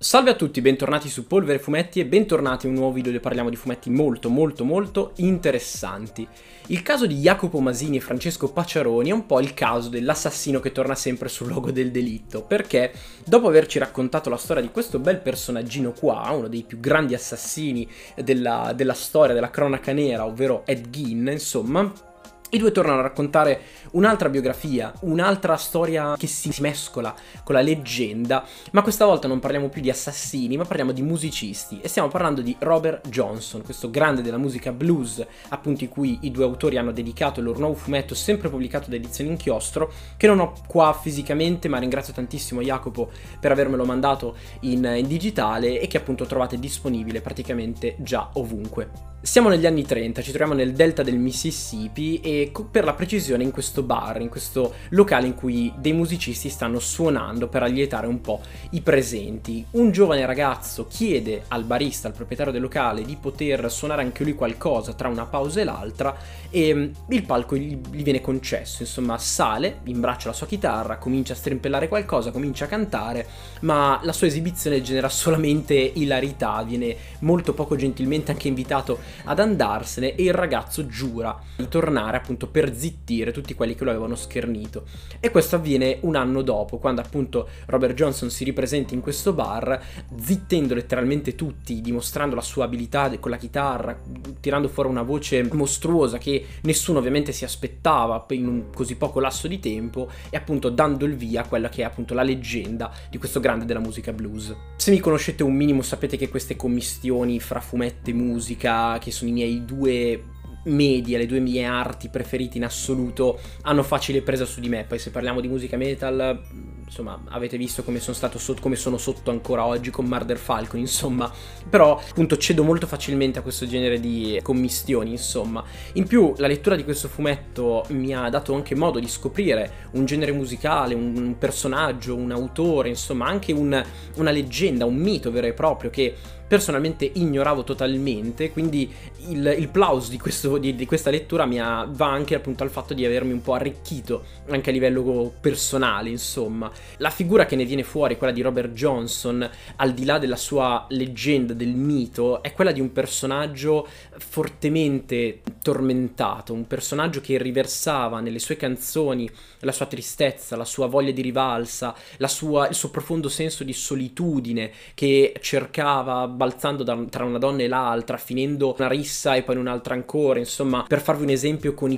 Salve a tutti, bentornati su Polvere Fumetti e bentornati in un nuovo video dove parliamo di fumetti molto interessanti. Il caso di Jacopo Masini e Francesco Pacciaroni è un po' il caso dell'assassino che torna sempre sul luogo del delitto, perché dopo averci raccontato la storia di questo bel personaggino qua, uno dei più grandi assassini della storia, della cronaca nera, ovvero Ed Gein, insomma, i due tornano a raccontare un'altra biografia, un'altra storia che si mescola con la leggenda, ma questa volta non parliamo più di assassini, ma parliamo di musicisti, e stiamo parlando di Robert Johnson, questo grande della musica blues, appunto, in cui i due autori hanno dedicato il loro nuovo fumetto, sempre pubblicato da Edizioni Inchiostro, che non ho qua fisicamente, ma ringrazio tantissimo Jacopo per avermelo mandato in digitale e che appunto trovate disponibile praticamente già ovunque. Siamo negli anni 30, ci troviamo nel delta del Mississippi e per la precisione in questo bar, in questo locale in cui dei musicisti stanno suonando per allietare un po' i presenti. Un giovane ragazzo chiede al barista, al proprietario del locale, di poter suonare anche lui qualcosa tra una pausa e l'altra e il palco gli viene concesso, insomma sale, imbraccia la sua chitarra, comincia a strimpellare qualcosa, comincia a cantare, ma la sua esibizione genera solamente ilarità, viene molto poco gentilmente anche invitato ad andarsene e il ragazzo giura di tornare appunto per zittire tutti quelli che lo avevano schernito. E questo avviene un anno dopo, quando appunto Robert Johnson si ripresenta in questo bar zittendo letteralmente tutti, dimostrando la sua abilità con la chitarra, tirando fuori una voce mostruosa che nessuno ovviamente si aspettava in un così poco lasso di tempo, e appunto dando il via a quella che è appunto la leggenda di questo grande della musica blues. Se mi conoscete un minimo sapete che queste commistioni fra fumetto e musica, che sono i miei due media, le due mie arti preferite in assoluto, hanno facile presa su di me. Poi se parliamo di musica metal, insomma, avete visto come sono stato come sono sotto ancora oggi con Murder Falcon, insomma, però appunto cedo molto facilmente a questo genere di commistioni, insomma. In più la lettura di questo fumetto mi ha dato anche modo di scoprire un genere musicale, un personaggio, un autore, insomma anche una leggenda, un mito vero e proprio che personalmente ignoravo totalmente, quindi il plauso di questa lettura va anche appunto al fatto di avermi un po' arricchito anche a livello personale, insomma. La figura che ne viene fuori, quella di Robert Johnson, al di là della sua leggenda, del mito, è quella di un personaggio fortemente tormentato, un personaggio che riversava nelle sue canzoni la sua tristezza, la sua voglia di rivalsa, il suo profondo senso di solitudine, che cercava balzando tra una donna e l'altra, finendo una rissa e poi in un'altra ancora. Insomma, per farvi un esempio, con le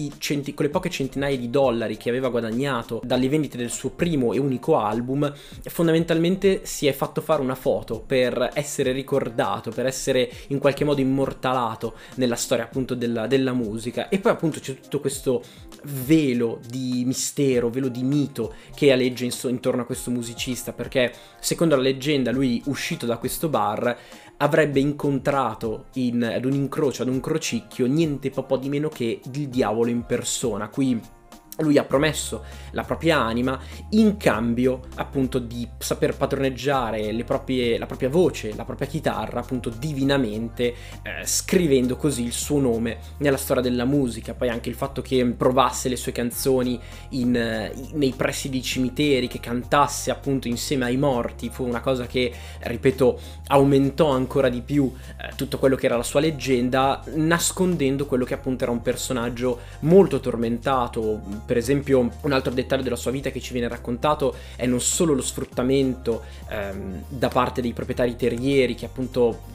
poche centinaia di dollari che aveva guadagnato dalle vendite del suo primo e unico album, fondamentalmente si è fatto fare una foto per essere ricordato, per essere in qualche modo immortalato nella storia appunto della musica. E poi appunto c'è tutto questo velo di mistero, velo di mito che aleggia intorno a questo musicista, perché secondo la leggenda lui, uscito da questo bar, avrebbe incontrato ad un crocicchio niente po' di meno che il diavolo in persona, cui lui ha promesso la propria anima in cambio appunto di saper padroneggiare la propria voce, la propria chitarra, appunto divinamente, scrivendo così il suo nome nella storia della musica. Poi anche il fatto che provasse le sue canzoni nei pressi dei cimiteri, che cantasse appunto insieme ai morti, fu una cosa che, ripeto, aumentò ancora di più tutto quello che era la sua leggenda, nascondendo quello che appunto era un personaggio molto tormentato. Per esempio, un altro dettaglio della sua vita che ci viene raccontato è non solo lo sfruttamento da parte dei proprietari terrieri, che appunto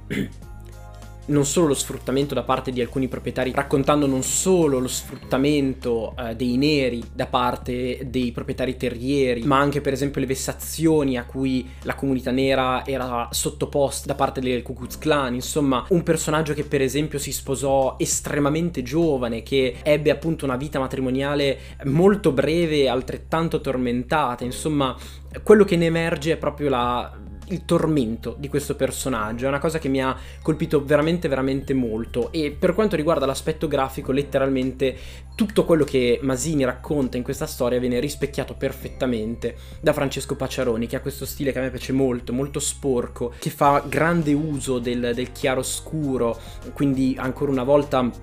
non solo lo sfruttamento da parte di alcuni proprietari, raccontando non solo lo sfruttamento dei neri da parte dei proprietari terrieri, ma anche per esempio le vessazioni a cui la comunità nera era sottoposta da parte del Ku Klux Klan. Insomma, un personaggio che per esempio si sposò estremamente giovane, che ebbe appunto una vita matrimoniale molto breve e altrettanto tormentata. Insomma, quello che ne emerge è proprio il tormento di questo personaggio. È una cosa che mi ha colpito veramente molto, e per quanto riguarda l'aspetto grafico, letteralmente tutto quello che Masini racconta in questa storia viene rispecchiato perfettamente da Francesco Pacciaroni, che ha questo stile che a me piace molto sporco, che fa grande uso del chiaro scuro, quindi ancora una volta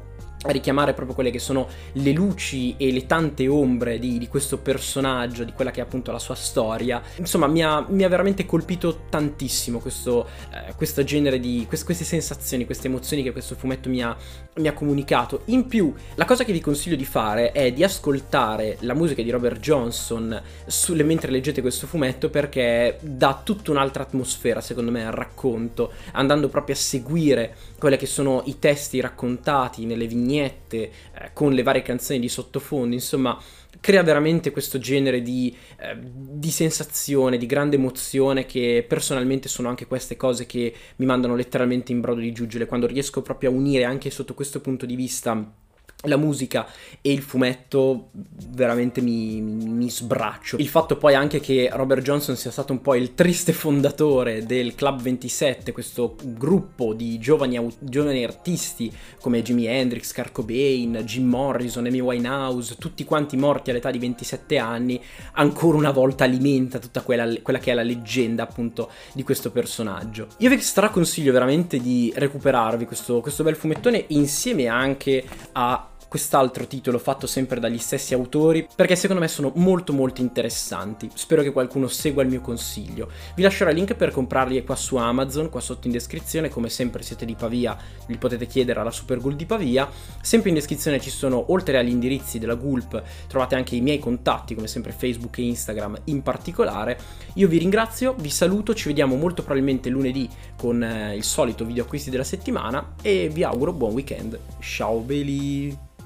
a richiamare proprio quelle che sono le luci e le tante ombre di questo personaggio, di quella che è appunto la sua storia. Insomma, mi ha veramente colpito tantissimo questo genere di queste sensazioni, queste emozioni che questo fumetto mi ha comunicato. In più, la cosa che vi consiglio di fare è di ascoltare la musica di Robert Johnson mentre leggete questo fumetto, perché dà tutta un'altra atmosfera, secondo me, al racconto, andando proprio a seguire quelli che sono i testi raccontati nelle vignette, con le varie canzoni di sottofondo. Insomma, crea veramente questo genere di sensazione, di grande emozione, che personalmente sono anche queste cose che mi mandano letteralmente in brodo di giuggiole, quando riesco proprio a unire anche sotto questo punto di vista la musica e il fumetto. Veramente mi sbraccio. Il fatto poi anche che Robert Johnson sia stato un po' il triste fondatore del Club 27, questo gruppo di giovani artisti come Jimi Hendrix, Kurt Cobain, Jim Morrison, Amy Winehouse, tutti quanti morti all'età di 27 anni, ancora una volta alimenta tutta quella che è la leggenda appunto di questo personaggio. Io vi straconsiglio veramente di recuperarvi questo bel fumettone, insieme anche a quest'altro titolo fatto sempre dagli stessi autori, perché secondo me sono molto interessanti. Spero che qualcuno segua il mio consiglio. Vi lascerò il link per comprarli qua su Amazon, qua sotto in descrizione. Come sempre, siete di Pavia, li potete chiedere alla Super Ghoul di Pavia. Sempre in descrizione ci sono, oltre agli indirizzi della Gulp, trovate anche i miei contatti, come sempre Facebook e Instagram in particolare. Io vi ringrazio, vi saluto, ci vediamo molto probabilmente lunedì con il solito video acquisti della settimana e vi auguro buon weekend. Ciao belli!